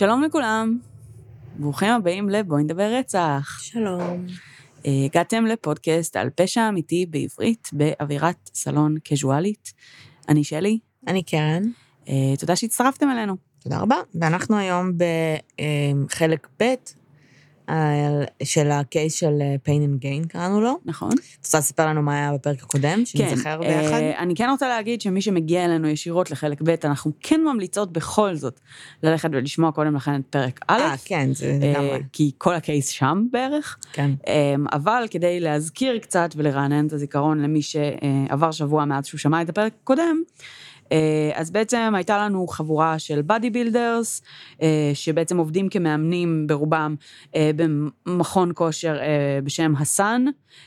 שלום לכולם, ברוכים הבאים לבואי נדבר רצח. שלום. הגעתם לפודקאסט על פשע אמיתי בעברית, באווירת סלון קזואלית. אני שלי. אני קרן. תודה שהצטרפתם אלינו. תודה רבה. ואנחנו היום בחלק ב' של הקייס של pain and gain, קראנו לו. נכון. את רוצה לספר לנו מה היה בפרק הקודם, שנזכר ביחד? אני כן רוצה להגיד שמי שמגיע אלינו ישירות לחלק ב', אנחנו כן ממליצות בכל זאת ללכת ולשמוע קודם לכן את פרק א'. כן, זה לגמרי. כי כל הקייס שם בערך. כן. אבל כדי להזכיר קצת ולרענן את הזיכרון למי שעבר שבוע מאז שהוא שמע את הפרק הקודם, אז בעצם הייתה לנו חבורה של בדי בילדרס, שבעצם עובדים כמאמנים ברובם במכון כושר בשם הסן.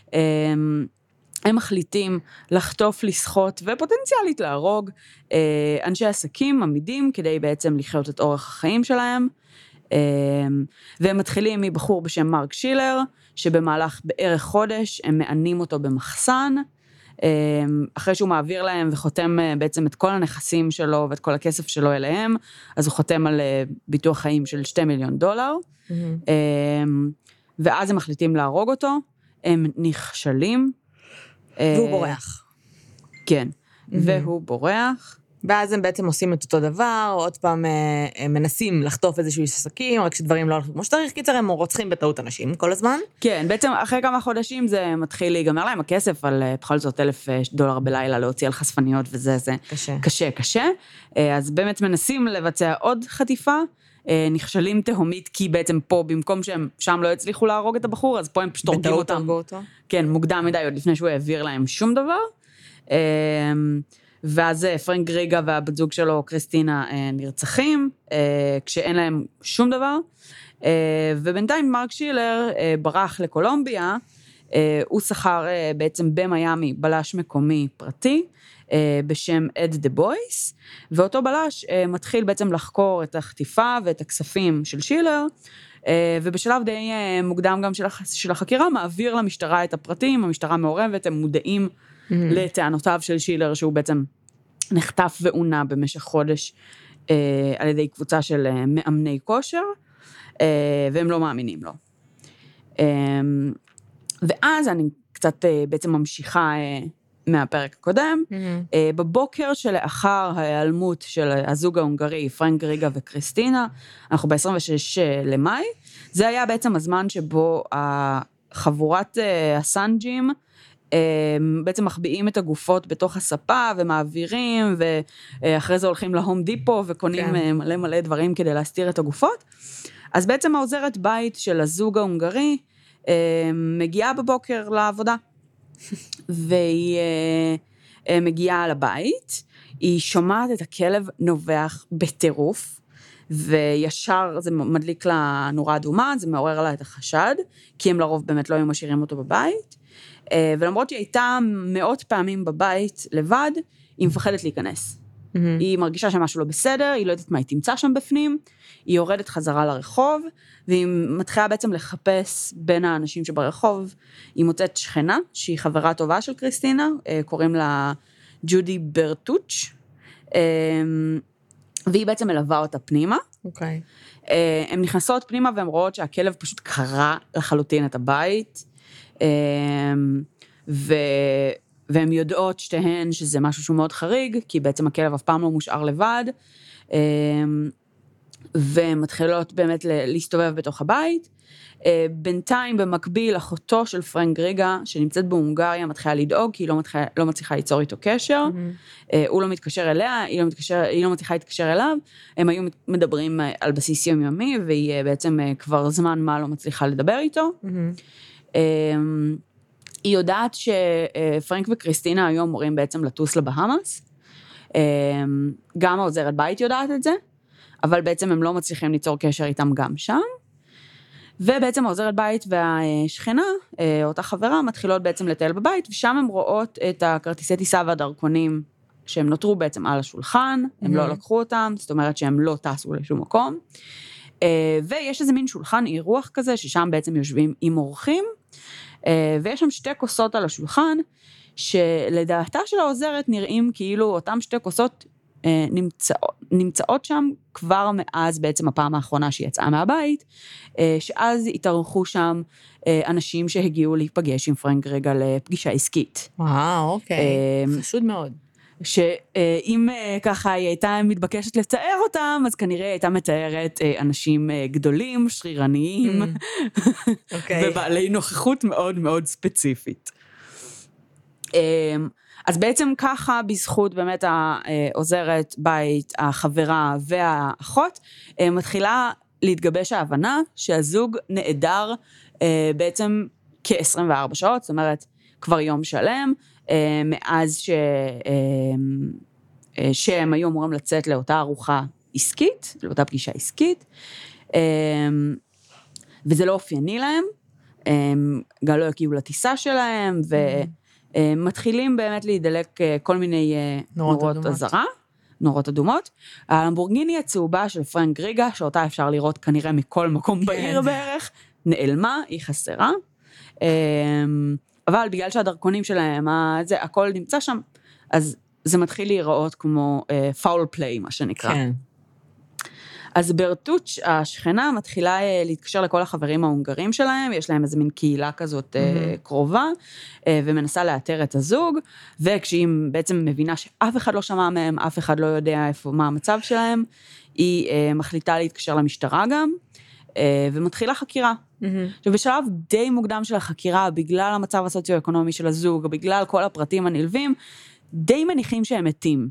הם מחליטים לחטוף, לשחות ופוטנציאלית להרוג אנשי עסקים עמידים כדי בעצם לחיות את אורח החיים שלהם. והם מתחילים מבחור בשם מרק שילר, שבמהלך בערך חודש הם מענים אותו במחסן, אחרי שהוא מעביר להם וחותם בעצם את כל הנכסים שלו ואת כל הכסף שלו אליהם, אז הוא חותם על ביטוח חיים של $2 מיליון. ואז הם מחליטים להרוג אותו, הם נכשלים. והוא בורח. כן, והוא בורח. ואז הם בעצם עושים את אותו דבר, או עוד פעם הם מנסים לחטוף איזשהו עסקים, רק שדברים לא הולכים כמו שצריך, קיצר הם רוצחים בטעות אנשים כל הזמן. כן, בעצם אחרי כמה חודשים זה מתחיל להיגמר להם הכסף על בכל זאת $1,000 בלילה להוציא על חשפניות וזה, זה קשה. אז באמת מנסים לבצע עוד חטיפה, נכשלים תהומית, כי בעצם פה במקום שהם שם לא הצליחו להרוג את הבחור, אז פה הם פשוט הורגים אותם. כן, מוקדם מדי עוד לפני שהוא העביר להם שום דבר. ואז פרנק גריגה והבת זוג שלו, קריסטינה, נרצחים, כשאין להם שום דבר, ובינתיים מרק שילר ברח לקולומביה, הוא שכר בעצם במיימי בלש מקומי פרטי, בשם אד דה בויס, ואותו בלש מתחיל בעצם לחקור את החטיפה ואת הכספים של שילר, ובשלב די מוקדם גם של החקירה, מעביר למשטרה את הפרטים, המשטרה מעורבת, הם מודעים לטענותיו של שילר, שהוא בעצם נחטף ועונה במשך חודש על ידי קבוצה של מאמני כושר, והם לא מאמינים לו. ואז אני קצת בעצם ממשיכה מהפרק הקודם, בבוקר שלאחר ההיעלמות של הזוג ההונגרי, פרנק גריגה וקריסטינה, אנחנו ב-26 למאי, זה היה בעצם הזמן שבו חבורת הסנג'ים, בעצם מחביאים את הגופות בתוך הספה ומעבירים, ואחרי זה הולכים להום דיפו וקונים מלא מלא דברים כדי להסתיר את הגופות. אז בעצם העוזרת בית של הזוג ההונגרי מגיעה בבוקר לעבודה, והיא מגיעה לבית, היא שומעת את הכלב נובח בטירוף, וישר זה מדליק לה נורה אדומה, זה מעורר לה את החשד, כי הם לרוב באמת לא היו משאירים אותו בבית, ולמרות שהיא הייתה מאות פעמים בבית לבד, היא מפחדת להיכנס. היא מרגישה שמשהו לא בסדר, היא לא יודעת מה היא תמצא שם בפנים, היא יורדת חזרה לרחוב, והיא מתחילה בעצם לחפש בין האנשים שברחוב, היא מוצאת שכנה, שהיא חברה טובה של קריסטינה, קוראים לה ג'ודי ברטוץ', והיא בעצם מלווה אותה פנימה. אוקיי. הן נכנסות פנימה והן רואות שהכלב פשוט קרא לחלוטין את הבית, והן יודעות שתיהן שזה משהו שהוא מאוד חריג, כי בעצם הכלב אף פעם לא מושאר לבד, והן מתחילות באמת להסתובב בתוך הבית. בינתיים במקביל אחותו של פרנק גריגה, שנמצאת בהונגריה, מתחילה לדאוג, כי היא לא מצליחה ליצור איתו קשר, הוא לא מתקשר אליה, היא לא מצליחה להתקשר אליו, הם היו מדברים על בסיס יומיומי, והיא בעצם כבר זמן מה לא מצליחה לדבר איתו. היא יודעת שפרנק וקריסטינה היו אמורים בעצם לטוס לבהאמאס, גם העוזרת בית יודעת את זה, אבל בעצם הם לא מצליחים ליצור קשר איתם גם שם, ובעצם העוזרת בית והשכנה, אותה חברה, מתחילות בעצם לטייל בבית, ושם הן רואות את הכרטיסי טיסה והדרכונים, שהם נותרו בעצם על השולחן, הם לא לקחו אותם, זאת אומרת שהם לא טסו לשום מקום, ויש איזה מין שולחן אירוח כזה, ששם בעצם יושבים עם אורחים, ויש שם 2 כוסות על השולחן, שלדעתה של העוזרת נראים כאילו אותם 2 כוסות נמצאות שם כבר מאז בעצם הפעם האחרונה שהיא יצאה מהבית, שאז התארחו שם אנשים שהגיעו להיפגש עם פרנק רגע לפגישה עסקית. אוקיי, חשוד מאוד. שאם ככה היא הייתה מתבקשת לתאר אותם, אז כנראה הייתה מתארת אנשים גדולים, שרירניים, ובעלי נוכחות מאוד מאוד ספציפית. אז בעצם ככה, בזכות באמת העוזרת בית, החברה והאחות, מתחילה להתגבש ההבנה שהזוג נעדר בעצם כ-24 שעות, זאת אומרת, כבר יום שלם, מאז שהם היו אמורים לצאת לאותה ארוחה עסקית, לאותה פגישה עסקית, וזה לא אופייני להם, גם לא הגיעו לטיסה שלהם, ומתחילים באמת להידלק כל מיני נורות אזהרה, נורות אדומות. הלמבורגיני הצהובה של פרנק ריגה, שאותה אפשר לראות כנראה מכל מקום בעיר בערך, נעלמה, היא חסרה, אבל בגלל שהדרכונים שלהם, הכל נמצא שם, אז זה מתחיל להיראות כמו פאול פליי, מה שנקרא. כן. אז ברטוץ' השכנה מתחילה להתקשר לכל החברים ההונגרים שלהם, יש להם איזה מין קהילה כזאת קרובה, ומנסה לאתר את הזוג, וכשהיא בעצם מבינה שאף אחד לא שמע מהם, אף אחד לא יודע מה המצב שלהם, היא מחליטה להתקשר למשטרה גם, ומתחילה חקירה. ובשלב די מוקדם של החקירה, בגלל המצב הסוציו-אקונומי של הזוג, בגלל כל הפרטים הנלווים, די מניחים שהם מתים.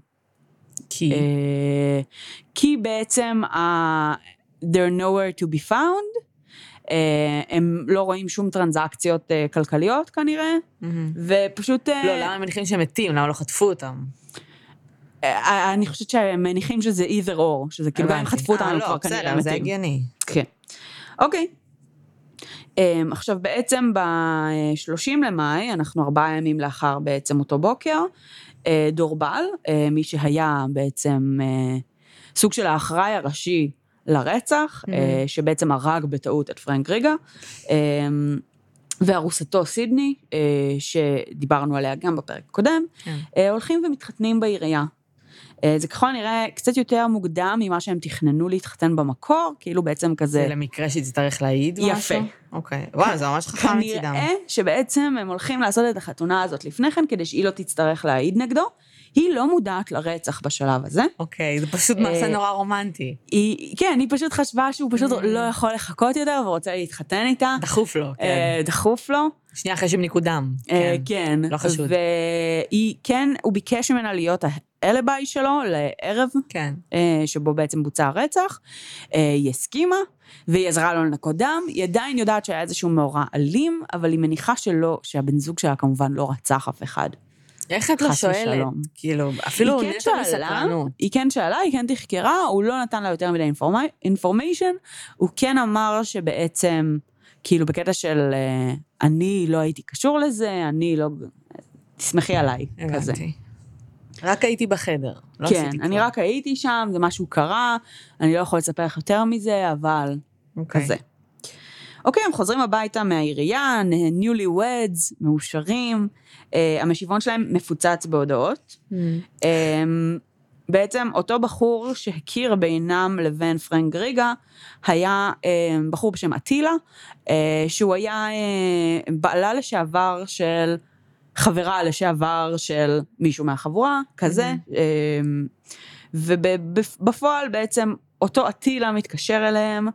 כי בעצם they're nowhere to be found, הם לא רואים שום טרנזקציות כלכליות כנראה, ופשוט... לא, למה הם מניחים שהם מתים? למה לא חטפו אותם? אני חושבת שהם מניחים שזה either or, שזה כאילו גם הם חטפו אותם, הם כבר כנראה מתים. זה הגיוני. כן. אוקיי. עכשיו בעצם ב-30 למאי, אנחנו 4 ימים לאחר בעצם אותו בוקר, דורבל, מי שהיה בעצם סוג של האחראי הראשי לרצח, שבעצם הרג בטעות את פרנק ריגה, וארוסתו סידני, שדיברנו עליה גם בפרק הקודם, הולכים ומתחתנים בעירייה. זה ככל נראה קצת יותר מוקדם ממה שהם תכננו להתחתן במקור, כאילו בעצם כזה... זה למקרה שתצטרך להעיד משהו? יפה. אוקיי, וואו, זה ממש חכם מצידם. כנראה שבעצם הם הולכים לעשות את החתונה הזאת לפני כן, כדי שהיא לא תצטרך להעיד נגדו, היא לא מודעת לרצח בשלב הזה. אוקיי, זה פשוט מעשה נורא רומנטי. כן, היא פשוט חשבה שהוא פשוט לא יכול לחכות יותר, ורוצה להתחתן איתה. דחוף לו, כן. דחוף לו. שנייה אחרי שהם ניקודם. כן. לא חשוד. הוא ביקש ממנה להיות האלביי שלו לערב, שבו בעצם בוצע הרצח. היא הסכימה, והיא עזרה לו לנקות דם. היא עדיין יודעת שהיה איזשהו מאורע אלים, אבל היא מניחה שלא, שהבן זוג שלה כמובן לא רצח אף אחד. איך את לא שואלת? כאילו, אפילו נטו מסקרנות. היא כן שאלה, היא כן תחקרה, הוא לא נתן לה יותר מדי אינפורמיישן, הוא כן אמר שבעצם, כאילו בקטע של, אני לא הייתי קשור לזה, אני לא, תסמכי עליי, כזה. רק הייתי בחדר. כן, אני רק הייתי שם, זה משהו קרה, אני לא יכול לספר לך יותר מזה, אבל כזה. אוקיי, הם חוזרים הביתה מהעירייה, newlyweds, מאושרים, המשיבון שלהם מפוצץ בהודעות. בעצם אותו בחור שהכיר בינם לבין פרנק ריגה, היה בחור בשם אטילה, שהוא היה בעלה לשעבר של, חברה לשעבר של מישהו מהחבורה, כזה, ובפועל בעצם אותו אטילה מתקשר אליהם,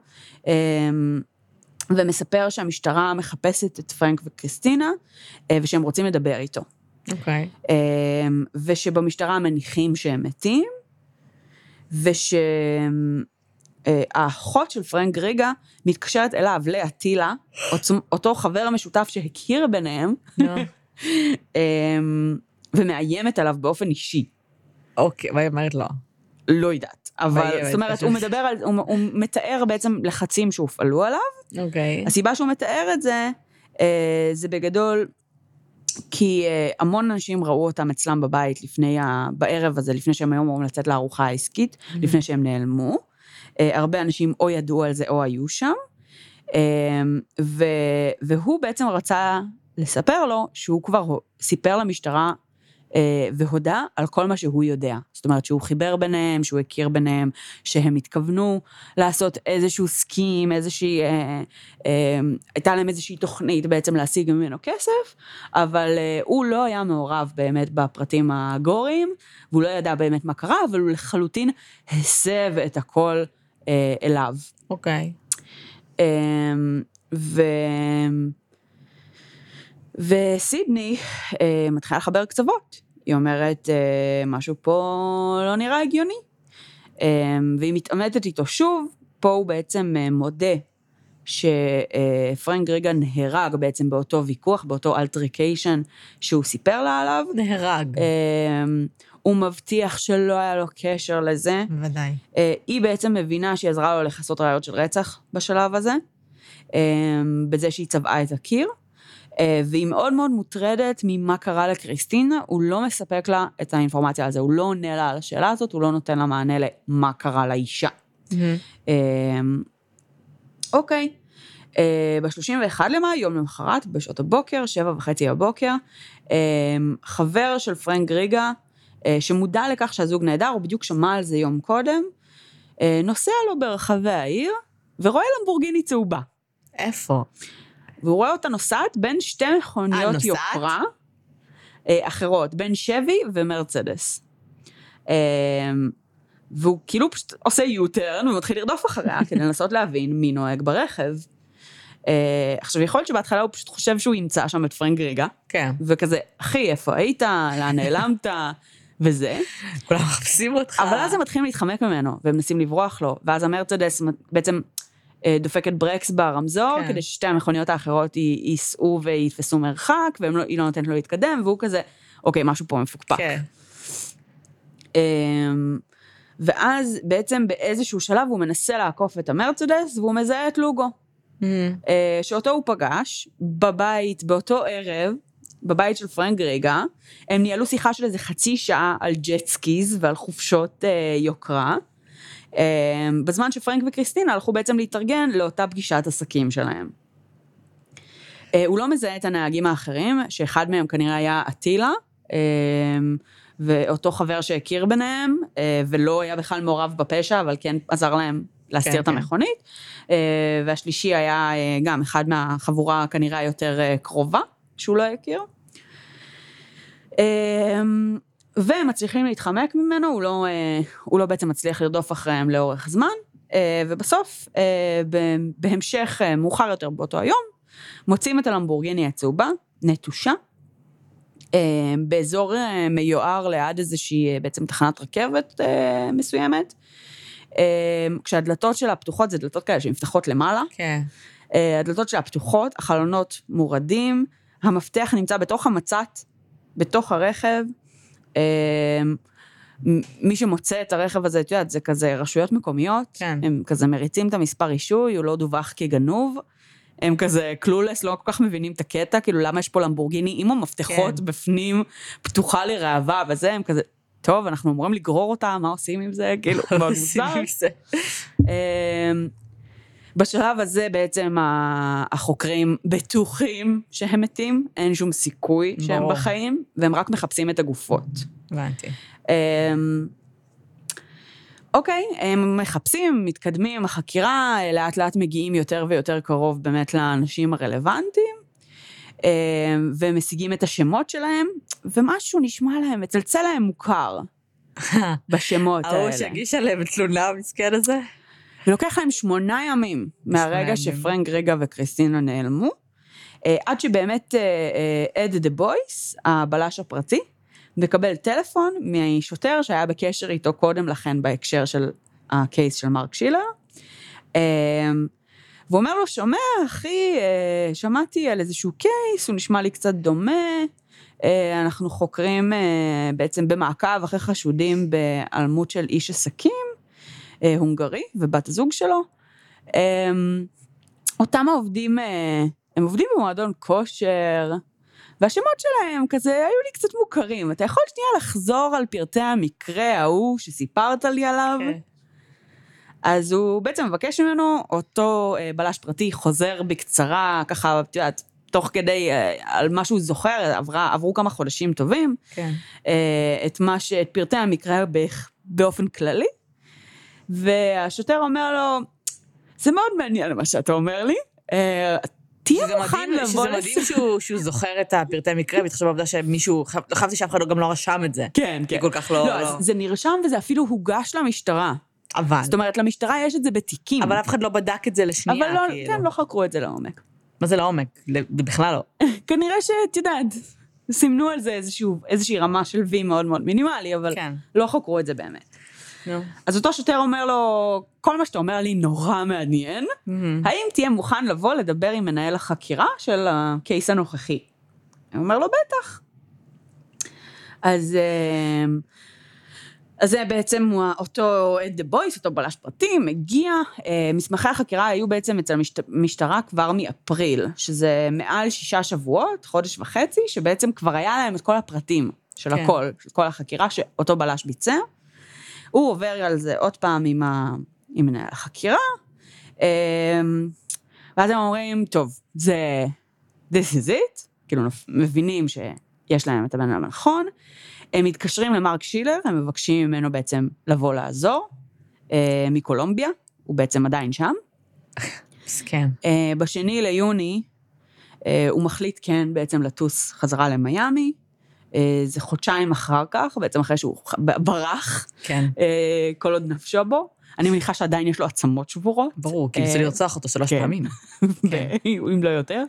ומספר שהמשטרה מחפשת את פרנק וקריסטינה, ושהם רוצים לדבר איתו. אוקיי. ושבמשטרה מניחים שהם מתים, ושהאחות של פרנק ריגה מתקשרת אליו לאטילה, אותו חבר המשותף שהכיר ביניהם, ומאיימת עליו באופן אישי. אוקיי, והיא אומרת לא. לא יודעת, אבל זאת אומרת, הוא מדבר על, הוא מתאר בעצם לחצים שהופעלו עליו. אוקיי. הסיבה שהוא מתאר את זה, זה בגדול, כי המון אנשים ראו אותם אצלם בבית בערב הזה, לפני שהם היו אמורים לצאת לארוחה העסקית, לפני שהם נעלמו. הרבה אנשים או ידעו על זה או היו שם, והוא בעצם רצה לספר לו שהוא כבר סיפר למשטרה והודע על כל מה שהוא יודע. זאת אומרת שהוא חיבר ביניהם, שהוא הכיר ביניהם, שהם התכוונו לעשות איזשהו סכים, הייתה להם איזושהי תוכנית בעצם להשיג ממנו כסף, אבל הוא לא היה מעורב באמת בפרטים הגוריים, והוא לא ידע באמת מה קרה, אבל הוא לחלוטין הסב את הכל אליו. אוקיי. וסידני מתחילה לחבר קצוות. היא אומרת, משהו פה לא נראה הגיוני. והיא מתעמתת איתו שוב, פה הוא בעצם מודה שפרנק ריגה נהרג בעצם באותו ויכוח, באותו אלטריקיישן שהוא סיפר לה עליו. נהרג. הוא מבטיח שלא היה לו קשר לזה. בוודאי. היא בעצם מבינה שהיא עזרה לו לחסות ראיות של רצח בשלב הזה, בזה שהיא צבעה את הקיר, והיא מאוד מאוד מוטרדת ממה קרה לקריסטינה, הוא לא מספק לה את האינפורמציה על זה, הוא לא עונה לה על השאלה הזאת, הוא לא נותן לה מענה למה קרה לאישה. אוקיי, ב-31 למאי, יום למחרת, בשעות הבוקר, 7:30 בבוקר, חבר של פרנק ריגה, שמודע לכך שהזוג נהדר, הוא בדיוק שמע על זה יום קודם, נוסע לו ברחבי העיר, ורואה למבורגיני צהובה. איפה? והוא רואה אותה נוסעת בין שתי מכוניות יוקרה אחרות, בין שבי ומרצדס. והוא כאילו פשוט עושה יוטרן, ומתחיל לרדוף אחריה, כדי לנסות להבין מי נוהג ברכב. עכשיו, יכול להיות שבהתחלה הוא פשוט חושב שהוא ימצא שם את פרנק ריגה, כן. וכזה, אחי, איפה היית? לאן נעלמת? וזה. כולם מחפשים אותך. אבל אז הם מתחילים להתחמק ממנו, והם מנסים לברוח לו, ואז המרצדס בעצם דופקת ברקס ברמזור, כן. כדי ששתי המכוניות האחרות ייסעו ויתפסו מרחק, והיא לא נותנת לו להתקדם, והוא כזה, אוקיי, משהו פה מפוקפק. כן. ואז בעצם באיזשהו שלב הוא מנסה לעקוף את המרצדס, והוא מזהה את לוגו. שאותו הוא פגש בבית, באותו ערב, בבית של פרנק ריגה, הם ניהלו שיחה של איזה חצי שעה על ג'טסקיז ועל חופשות יוקרה, בזמן שפרנק וקריסטינה הלכו בעצם להתארגן לאותה פגישת עסקים שלהם. הוא לא מזהה את הנהגים האחרים, שאחד מהם כנראה היה אטילה, ואותו חבר שהכיר ביניהם, ולא היה בכלל מעורב בפשע, אבל כן עזר להם להסתיר את המכונית, והשלישי היה גם אחד מהחבורה כנראה יותר קרובה, שהוא לא הכיר. והם מצליחים להתחמק ממנו, הוא לא בעצם מצליח לרדוף אחריהם לאורך זמן, ובסוף, בהמשך מאוחר יותר באותו היום, מוצאים את הלמבורגיני הצהובה, נטושה, באזור מיוער ליד איזושהי בעצם תחנת רכבת מסוימת, כשהדלתות שלה פתוחות, זה דלתות כאלה שנפתחות למעלה, כן. הדלתות שלה פתוחות, החלונות מורדים, המפתח נמצא בתוך המצת, בתוך הרכב, מי שמוצא את הרכב הזה, את יודעת, זה כזה רשויות מקומיות, כן. הם כזה מריצים את המספר רישוי, הוא לא דווח כגנוב, הם כזה קלולס, לא כל כך מבינים את הקטע, כאילו למה יש פה למבורגיני עם המפתחות בפנים, פתוחה לרעבה וזה, הם כזה, טוב, אנחנו אמורים לגרור אותה, מה עושים עם זה? כאילו, מאוד מוזר. בשלב הזה בעצם החוקרים בטוחים שהם מתים, אין שום סיכוי שהם בחיים, והם רק מחפשים את הגופות. הבנתי. אוקיי, הם מחפשים, מתקדמים, החקירה, לאט לאט מגיעים יותר ויותר קרוב באמת לאנשים הרלוונטיים, ומשיגים את השמות שלהם, ומשהו נשמע להם, מצלצל להם מוכר בשמות האלה. ההוא שהגיש עליהם תלונה המסכן הזה? ולוקח להם 8 ימים מהרגע שפרנק ריגה וקריסטינה נעלמו, עד שבאמת אד דה בויס, הבלש הפרטי, מקבל טלפון משוטר שהיה בקשר איתו קודם לכן בהקשר של הקייס של מרק שילר, והוא אומר לו, שומע, אחי, שמעתי על איזשהו קייס, הוא נשמע לי קצת דומה, אנחנו חוקרים בעצם במעקב אחרי חשודים בהיעלמות של איש עסקים, הונגרי ובת הזוג שלו, אותם העובדים, הם עובדים במועדון כושר, והשמות שלהם כזה היו לי קצת מוכרים, אתה יכול שנייה לחזור על פרטי המקרה ההוא שסיפרת לי עליו? Okay. אז הוא בעצם מבקש ממנו, אותו בלש פרטי חוזר בקצרה, ככה, את יודעת, תוך כדי, על מה שהוא זוכר, עברו כמה חודשים טובים, כן. את פרטי המקרה באופן כללי, והשוטר אומר לו, זה מאוד מעניין מה שאתה אומר לי, תהיה מוכן לבוא שזה מדהים שהוא זוכר את הפרטי מקרה, והתחשב בעובדה שמישהו, לא חייבתי שאף אחד גם לא רשם את זה. כן, כן. כל כך לא... זה נרשם וזה אפילו הוגש למשטרה. אבל. זאת אומרת, למשטרה יש את זה בתיקים. אבל אף אחד לא בדק את זה לשנייה, אבל כן, לא חקרו את זה לעומק. מה זה לעומק? בכלל לא. כנראה שאת יודעת, סימנו על זה איזושהי רמה של וי מאוד מאוד מינימלי, אבל לא חקרו את זה באמת. אז אותו שוטר אומר לו, כל מה שאתה אומר לי נורא מעניין, האם תהיה מוכן לבוא לדבר עם מנהל החקירה של הקייס הנוכחי? הוא אומר לו, בטח. אז זה בעצם אותו אד דה בויס, אותו בלש פרטי, מגיע, מסמכי החקירה היו בעצם אצל המשטרה כבר מאפריל, שזה מעל 6 שבועות, חודש וחצי, שבעצם כבר היה להם את כל הפרטים של הכל, של כל החקירה שאותו בלש ביצע, הוא עובר על זה עוד פעם עם מנהל החקירה, ואז הם אומרים, טוב, זה, this is it, כאילו מבינים שיש להם את הבן אדם הנכון, הם מתקשרים למרק שילר, הם מבקשים ממנו בעצם לבוא לעזור, מקולומביה, הוא בעצם עדיין שם. מסכן. ב2 ליוני, הוא מחליט כן בעצם לטוס חזרה למיימי, זה חודשיים אחר כך, בעצם אחרי שהוא ברח, כן. כל עוד נפשו בו, אני מניחה שעדיין יש לו עצמות שבורות. ברור, כי ניסה לרצוח אותו 3 פעמים. אם לא יותר.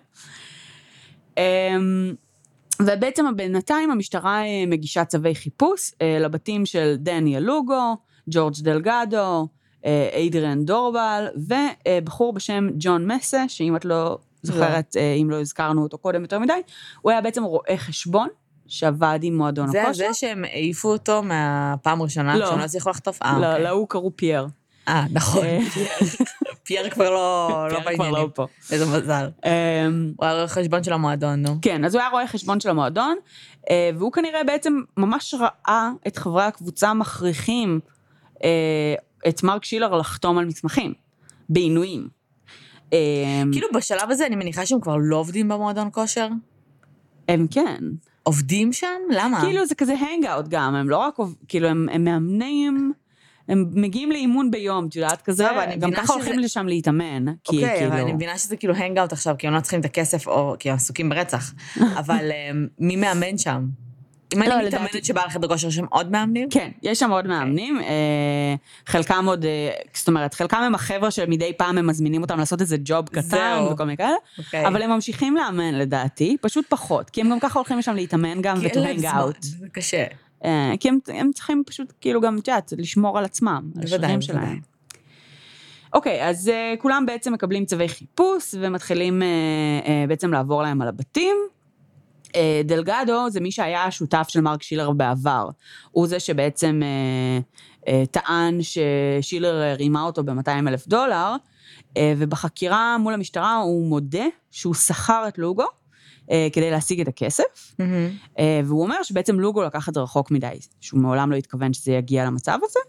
ובעצם בינתיים המשטרה מגישה צווי חיפוש לבתים של דני לוגו, ג'ורג' דלגדו, איידריאן דורבל, ובחור בשם ג'ון מסה, שאם את לא זוכרת, אם לא הזכרנו אותו קודם יותר מדי, הוא היה בעצם רואה חשבון, שעבד עם מועדון הכושר. זה שהם העיפו אותו מהפעם הראשונה, שהם לא הצליחו לחטוף? לא, הוא קראו פייר. נכון. פייר כבר לא בעניינים. איזה מזל. הוא היה רואה חשבון של המועדון, נו. כן, אז הוא היה רואה חשבון של המועדון, והוא כנראה בעצם ממש ראה את חברי הקבוצה מכריחים את מרק שילר לחתום על מסמכים, בעינויים. כאילו בשלב הזה אני מניחה שהם כבר לא עובדים במועדון כושר? הם כן. עובדים שם? למה? כאילו זה כזה הנגאוט גם, הם לא רק, כאילו הם מאמנים, הם מגיעים לאימון ביום, את יודעת כזה, גם ככה הולכים לשם להתאמן. אוקיי, אבל אני מבינה שזה כאילו הנגאוט עכשיו, כי הם לא צריכים את הכסף, או כי הם עסוקים ברצח, אבל מי מאמן שם? אם אני מתאמנת שבאה לחדר כושר, שם עוד מאמנים? כן, יש שם עוד מאמנים, חלקם עוד, זאת אומרת, חלקם הם החבר'ה שמדי פעם הם מזמינים אותם לעשות איזה ג'וב קטן וכל מיני כאלה, אבל הם ממשיכים לאמן לדעתי, פשוט פחות, כי הם גם ככה הולכים לשם להתאמן גם ו-to hang out. זה קשה. כי הם צריכים פשוט כאילו גם, תשעת, לשמור על עצמם, על השרירים שלהם. אוקיי, אז כולם בעצם מקבלים צווי חיפוש, ומתחילים בעצם לעבור להם על הבתים, דלגדו זה מי שהיה השותף של מרק שילר בעבר, הוא זה שבעצם טען ששילר רימה אותו $200,000, ובחקירה מול המשטרה הוא מודה שהוא שכר את לוגו, כדי להשיג את הכסף, והוא אומר שבעצם לוגו לקח את זה רחוק מדי, שהוא מעולם לא התכוון שזה יגיע למצב הזה,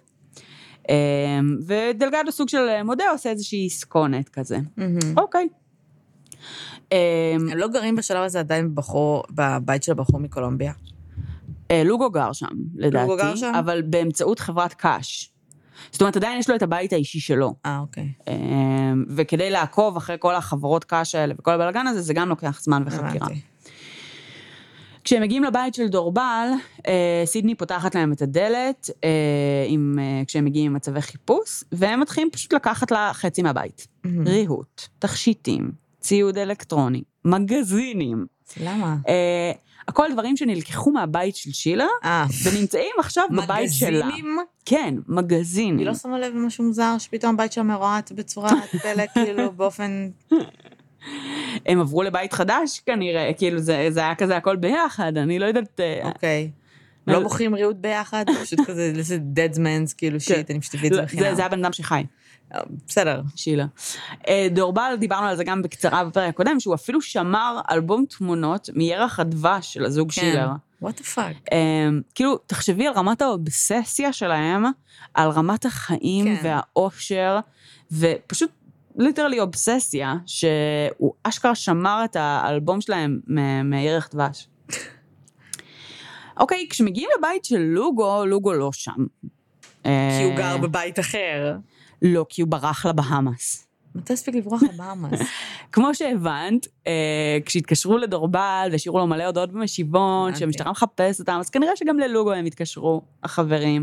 ודלגדו סוג של מודה עושה איזושהי סקונת כזה. אוקיי. הם לא גרים בשלב הזה עדיין בבית של הבחור מקולומביה? לוגו גר שם, לדעתי, אבל באמצעות חברת קאש. זאת אומרת, עדיין יש לו את הבית האישי שלו. אוקיי. וכדי לעקוב אחרי כל החברות קאש האלה וכל הבלגן הזה, זה גם לוקח זמן וחקירה. כשהם מגיעים לבית של דורבל, סידני פותחת להם את הדלת, כשהם מגיעים עם מצבי חיפוש, והם מתחילים פשוט לקחת לה חצי מהבית. ריהוט, תכשיטים, ציוד אלקטרוני, מגזינים. למה? הכל דברים שנלקחו מהבית של שילה, ונמצאים עכשיו בבית שלה. מגזינים? כן, מגזינים. היא לא שמה לב משהו מוזר, שפתאום הבית שלה מרועט בצורה פלא, כאילו באופן... הם עברו לבית חדש כנראה, כאילו זה היה כזה הכל ביחד, אני לא יודעת... אוקיי. לא בוחרים ריהוט ביחד, פשוט כזה, זה dead man's, כאילו שיט, אני פשוט את זה בחינם. זה הבן אדם שחי. בסדר. שילה. דורבל, דיברנו על זה גם בקצרה בפרק הקודם, שהוא אפילו שמר אלבום תמונות מירח הדבש של הזוג שילר. what the fuck. כאילו, תחשבי על רמת האובססיה שלהם, על רמת החיים והאושר, ופשוט ליטרלי אובססיה, שהוא אשכרה שמר את האלבום שלהם מירח דבש. אוקיי, כשמגיעים לבית של לוגו, לוגו לא שם. כי הוא גר בבית אחר. לא, כי הוא ברח לבהמאס. מתי הספיק לברוח לבהמאס? כמו שהבנת, כשהתקשרו לדורבל והשאירו לו מלא הודעות במשיבון, שהמשטרה מחפש אותם, אז כנראה שגם ללוגו הם התקשרו, החברים.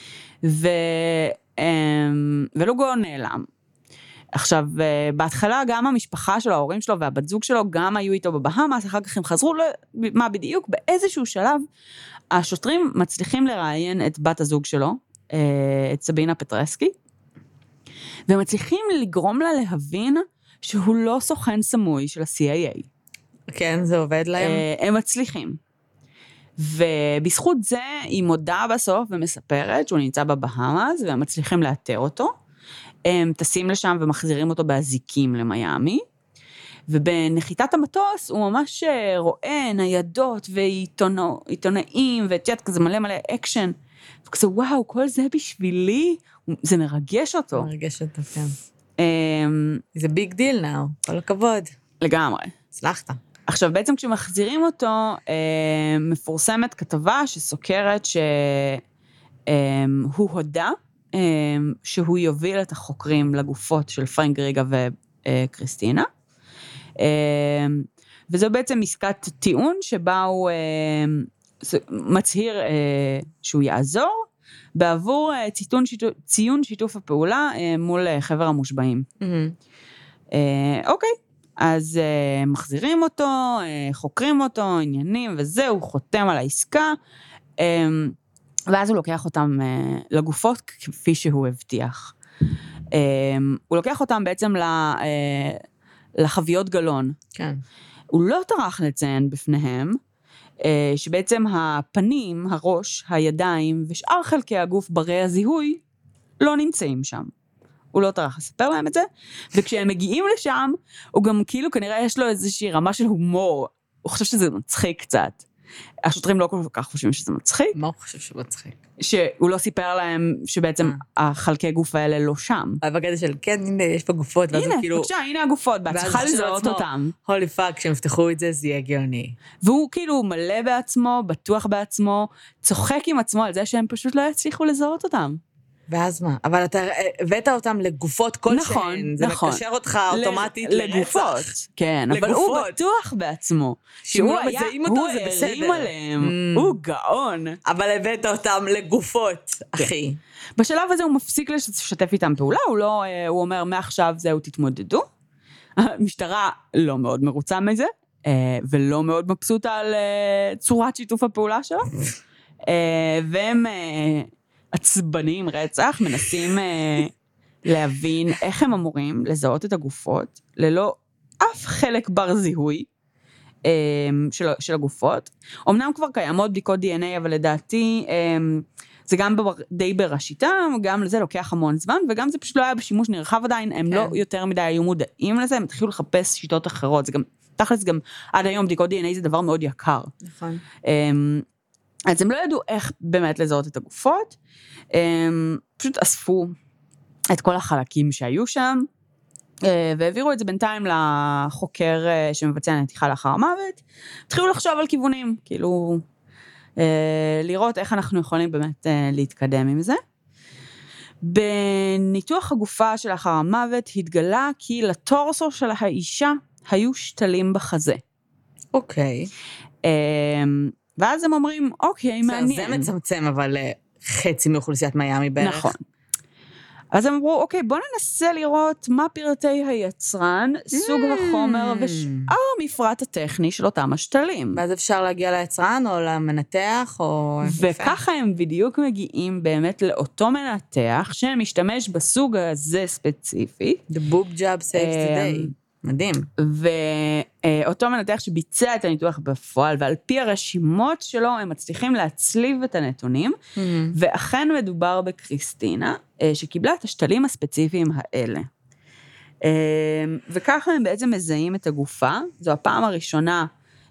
ולוגו נעלם. עכשיו, בהתחלה גם המשפחה שלו, ההורים שלו והבת זוג שלו, גם היו איתו בבהמאס, אחר כך הם חזרו, מה בדיוק, באיזשהו שלב, השוטרים מצליחים לראיין את בת הזוג שלו, את סבינה פטרסקי, ומצליחים לגרום לה להבין שהוא לא סוכן סמוי של ה-CIA. כן, זה עובד להם. הם מצליחים. ובזכות זה היא מודה בסוף ומספרת שהוא נמצא בבהמאס, והם מצליחים לאתר אותו. הם טסים לשם ומחזירים אותו באזיקים למיימי, ובנחיתת המטוס הוא ממש רואה ניידות ועיתונאים, ותיאת כזה מלא מלא אקשן, וכזה וואו, כל זה בשבילי, זה מרגש אותו. מרגש אותו, כן. זה ביג דיל נאו, כל הכבוד. לגמרי. הצלחת. עכשיו, בעצם כשמחזירים אותו, מפורסמת כתבה שסוקרת שהוא הודה, שהוא יוביל את החוקרים לגופות של פרנק ריגה וקריסטינה, וזו בעצם עסקת טיעון שבה הוא מצהיר שהוא יעזור, בעבור ציון שיתוף הפעולה מול חבר המושבעים. אוקיי, אז מחזירים אותו, חוקרים אותו, עניינים וזהו, חותם על העסקה, ואז הוא לוקח אותם לגופות כפי שהוא הבטיח. הוא לוקח אותם בעצם לחביות גלון. כן. הוא לא טרח לציין בפניהם, שבעצם הפנים, הראש, הידיים ושאר חלקי הגוף ברי הזיהוי לא נמצאים שם. הוא לא טרח לספר להם את זה, וכשהם מגיעים לשם, הוא גם כאילו כנראה יש לו איזושהי רמה של הומור, הוא חושב שזה מצחיק קצת. השוטרים לא כל כך חושבים שזה מצחיק. מה הוא חושב שהוא מצחיק? שהוא לא סיפר להם שבעצם החלקי גוף האלה לא שם. בקטע של כן, הנה, יש פה גופות, ואז הוא כאילו... הנה, בבקשה, הנה הגופות, בהצלחה לזהות אותם. הולי פאק, כשהם יפתחו את זה, זה יהיה גאוני. והוא כאילו מלא בעצמו, בטוח בעצמו, צוחק עם עצמו על זה שהם פשוט לא יצליחו לזהות אותם. ואז מה? אבל אתה הבאת אותם לגופות כלשהן, נכון, זה נכון. מקשר אותך אוטומטית לגופות, כן, אבל הוא בטוח בעצמו, שהוא לא מזהים אותו, זה בסדר. הרים עליהם, הוא גאון. אבל הבאת אותם לגופות, אחי. בשלב הזה הוא מפסיק לשתף איתם פעולה, הוא אומר, מעכשיו זהו תתמודדו. המשטרה לא מאוד מרוצה מזה, ולא מאוד מבסוטה על צורת שיתוף הפעולה שלו, והם... עצבנים רצח, מנסים להבין איך הם אמורים לזהות את הגופות, ללא אף חלק בר זיהוי של הגופות. אמנם כבר קיימות בדיקות DNA, אבל לדעתי זה גם די בראשיתם, גם לזה לוקח המון זמן, וגם זה פשוט לא היה בשימוש נרחב עדיין, הם לא יותר מדי היו מודעים לזה, הם התחילו לחפש שיטות אחרות, זה גם, תכלס גם עד היום בדיקות DNA זה דבר מאוד יקר. נכון. אז הם לא ידעו איך באמת לזהות את הגופות, פשוט אספו את כל החלקים שהיו שם, והעבירו את זה בינתיים לחוקר שמבצע נתיחה לאחר המוות, התחילו לחשוב על כיוונים, כאילו, לראות איך אנחנו יכולים באמת להתקדם עם זה. בניתוח הגופה של לאחר המוות התגלה כי לטורסו של האישה היו שתלים בחזה. אוקיי. ואז הם אומרים, אוקיי, מעניין. זה מצמצם, אבל חצי מאוכלוסיית מיימי בערך. נכון. אז הם אמרו, אוקיי, בוא ננסה לראות מה פרטי היצרן, סוג החומר ושאר המפרט הטכני של אותם השתלים. ואז אפשר להגיע ליצרן או למנתח או... וככה הם בדיוק מגיעים באמת לאותו מנתח, שמשתמש בסוג הזה ספציפי. The boob job saves the day. מדהים. ואותו מנתח שביצע את הניתוח בפועל, ועל פי הרשימות שלו, הם מצליחים להצליב את הנתונים, ואכן מדובר בקריסטינה, שקיבלה את השתלים הספציפיים האלה. וככה הם בעצם מזהים את הגופה, זו הפעם הראשונה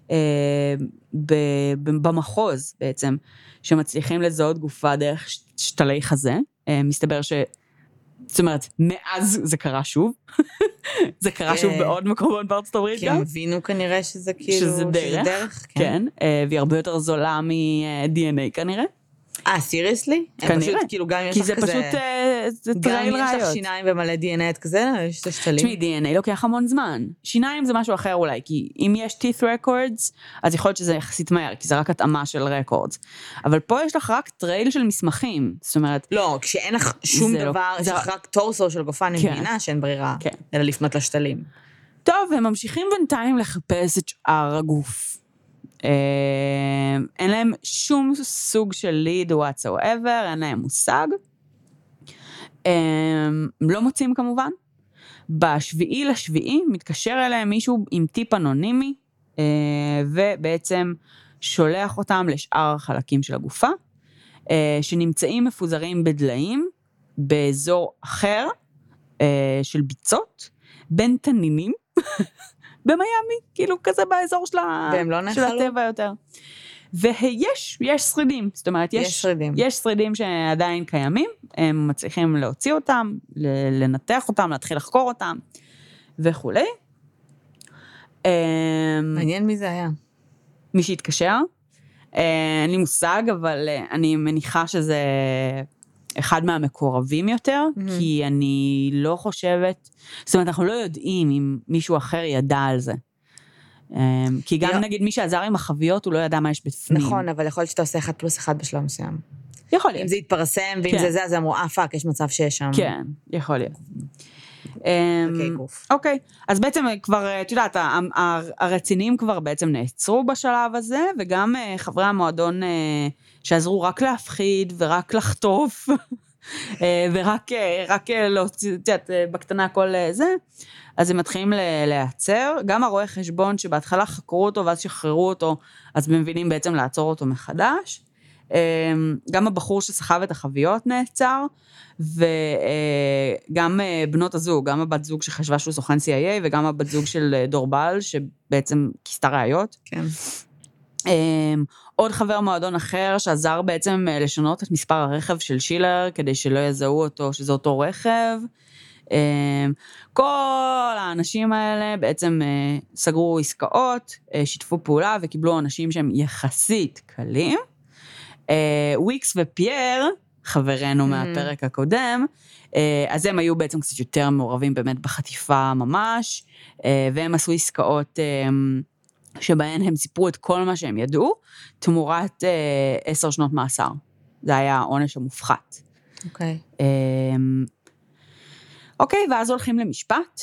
במחוז בעצם, שמצליחים לזהות גופה דרך שתלי חזה, מסתבר זאת אומרת, מאז זה קרה שוב. זה קרה שוב בעוד מקומות בארצות הברית גם. כי הם הבינו כנראה שזה כאילו... שזה דרך. כן, והיא הרבה יותר זולה מ-DNA כנראה. סיריוסלי? כנראה. כאילו גם יש כי לך זה כזה... פשוט טרייל ראיות. גם יש לך שיניים ומלא DNA כזה, יש את השתלים. תשמעי, DNA לוקח המון זמן. שיניים זה משהו אחר אולי, כי אם יש teeth records, אז יכול להיות שזה יחסית מהר, כי זה רק התאמה של records. אבל פה יש לך רק טרייל של מסמכים, זאת אומרת... לא, כשאין לך שום דבר, יש לך רק טורסו של גופה, אני מבינה שאין ברירה, אלא לפנות לשתלים. טוב, הם ממשיכים בינתיים לחפש את שאר הגוף. אין להם שום סוג של ליד whatsoever, אין להם מושג. לא מוצאים כמובן. ב7/7 מתקשר אליהם מישהו עם טיפ אנונימי, ובעצם שולח אותם לשאר החלקים של הגופה, שנמצאים מפוזרים בדליים, באזור אחר של ביצות, בין תנינים, במיימי, כאילו כזה באזור של הטבע יותר. ויש שרידים, זאת אומרת, יש שרידים שעדיין קיימים, הם מצליחים להוציא אותם, לנתח אותם, להתחיל לחקור אותם, וכו'. מעניין מי זה היה. מי שהתקשר, אין לי מושג, אבל אני מניחה שזה אחד מהמקורבים יותר, כי אני לא חושבת, זאת אומרת, אנחנו לא יודעים אם מישהו אחר ידע על זה. כי גם נגיד מי שעזר עם החביות, הוא לא ידע מה יש בפנים. נכון, אבל יכול להיות שאתה עושה 1+1 בשלב מסוים. יכול להיות. אם זה יתפרסם, ואם זה, אז אמרו, פאק, יש מצב שיש שם. כן, יכול להיות. אוקיי, אז בעצם כבר, את יודעת, הרציניים כבר בעצם נעצרו בשלב הזה, וגם חברי המועדון שעזרו רק להפחיד ורק לחטוף, ורק להוציא, את יודעת, בקטנה כל זה, אז הם מתחילים להיעצר, גם הרואה חשבון שבהתחלה חקרו אותו ואז שחררו אותו, אז מבינים בעצם לעצור אותו מחדש, גם הבחור שסחב את החביות נעצר, וגם בנות הזוג, גם הבת זוג שחשבה שהוא סוכן CIA, וגם הבת זוג של דורבל, שבעצם כיסתה ראיות. כן. עוד חבר מועדון אחר, שעזר בעצם לשנות את מספר הרכב של שילר, כדי שלא יזהו אותו, שזה אותו רכב. כל האנשים האלה בעצם סגרו עסקאות, שיתפו פעולה, וקיבלו אנשים שהם יחסית קלים. וויקס ופייר, חברנו מהפרק הקודם, אז הם היו בעצם קצת יותר מעורבים באמת בחטיפה ממש, והם עשו עסקאות שבהן הם סיפרו את כל מה שהם ידעו, תמורת 10 שנות מאסר. זה היה העונש המופחת. אוקיי. אוקיי, ואז הולכים למשפט,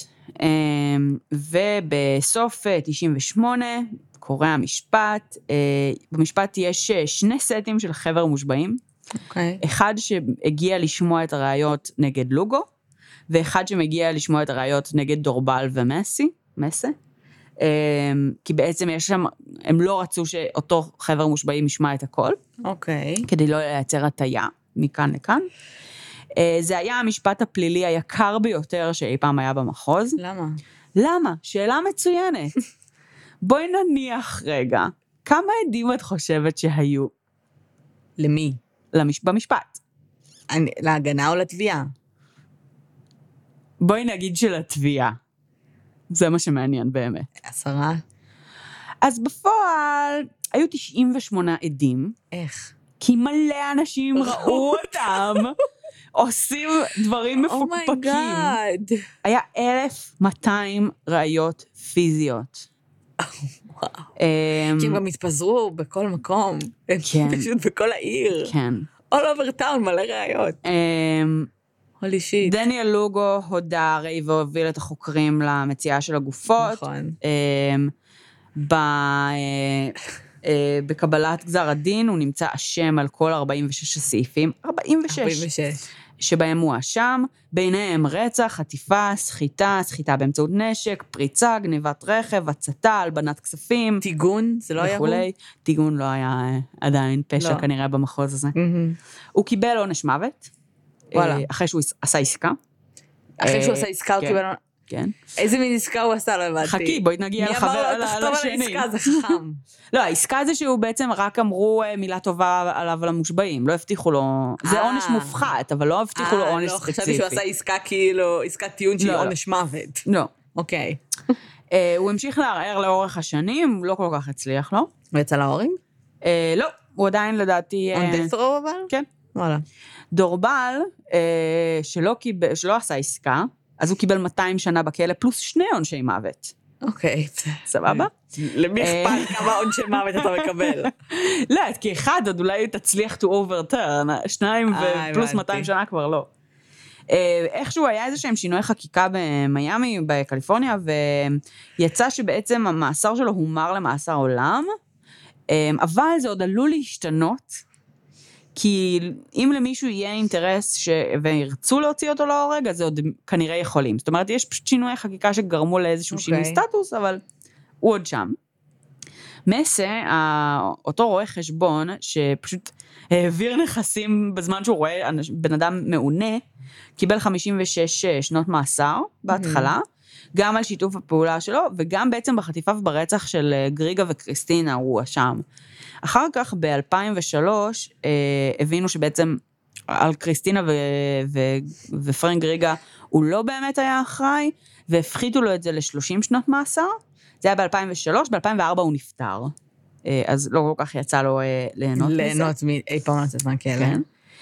ובסוף 98, קורא המשפט, במשפט יש 2 סטים של חבר מושבעים, אחד שהגיע לשמוע את הראיות נגד לוגו, ואחד שמגיע לשמוע את הראיות נגד דורבל מסה, כי בעצם יש שם, הם לא רצו שאותו חבר מושבעים ישמע את הכל, כדי לא לייצר הטיה מכאן לכאן. זה היה המשפט הפלילי היקר ביותר שאי פעם היה במחוז. למה? שאלה מצוינת. בואי נניח רגע, כמה עדים את חושבת שהיו? למי? במשפט. להגנה או לתביעה? בואי נגיד שלתביעה. זה מה שמעניין באמת. 10? אז בפועל, היו 98 עדים. איך? כי מלא אנשים ראו אותם. עושים דברים מפוקפקים. היה 1,200 ראיות פיזיות. וואו. כי הם גם התפזרו בכל מקום. כן. פשוט בכל העיר. כן. all over town, מלא ראיות. הולי שיט. דניאל לוגו הודה הרי והוביל את החוקרים למציאה של הגופות. נכון. בקבלת גזר הדין הוא נמצא אשם על כל 46 הסעיפים. 46. שבהם הוא אשם, ביניהם רצח, חטיפה, סחיטה באמצעות נשק, פריצה, גניבת רכב, הצתה, הלבנת כספים. טיגון, זה לא היה הוא? טיגון לא היה עדיין פשע כנראה במחוז הזה. הוא קיבל עונש מוות, אחרי שהוא עשה עסקה. אחרי שהוא עשה עסקה הוא קיבל... כן. איזה מין עסקה הוא עשה, לא הבנתי. חכי, בואי נגיע לשני. מי אמר לו, תחתום על העסקה, זה חכם. לא, העסקה זה שהוא בעצם רק אמרו מילה טובה עליו למושבעים, לא הבטיחו לו, זה עונש מופחת, אבל לא הבטיחו לו עונש ספציפי. לא, חשבתי שהוא עשה עסקה כאילו, עסקת טיעון שהיא עונש מוות. לא. אוקיי. הוא המשיך לערער לאורך השנים, לא כל כך הצליח, לא? הוא יצא להורים? לא, הוא עדיין לדעתי... on death row אבל? כן. וואלה. דורבל, שלא עשה עסקה, אז הוא קיבל 200 שנה בכלא, פלוס 2 עונשי מוות. אוקיי. סבבה? למי אכפת כמה עונשי מוות אתה מקבל? לא, כי אחד עוד אולי תצליח to overturn, 2 ופלוס 200 שנה כבר לא. איכשהו היה איזה שהם שינוי חקיקה במיימי, בקליפורניה, ויצא שבעצם המאסר שלו הומר למאסר עולם, אבל זה עוד עלול להשתנות, כי אם למישהו יהיה אינטרס וירצו להוציא אותו להורג, אז זה עוד כנראה יכולים. זאת אומרת, יש פשוט שינוי חקיקה שגרמו לאיזשהו שינוי סטטוס, אבל הוא עוד שם. מסה, אותו רואה חשבון, שפשוט העביר נכסים בזמן שהוא רואה בן אדם מעונה, קיבל 56 שנות מאסר בהתחלה, גם על שיתוף הפעולה שלו, וגם בעצם בחטיפה וברצח של גריגה וקריסטינה הוא שם. אחר כך, ב-2003, הבינו שבעצם על קריסטינה ופרנק גריגה, הוא לא באמת היה אחראי, והפחיתו לו את זה ל-30 שנות מאסר. זה היה ב-2003, ב-2004 הוא נפטר. אז לא כל כך יצא לו ליהנות מזה. ליהנות מאי פעם לצאת מהכלא. כן.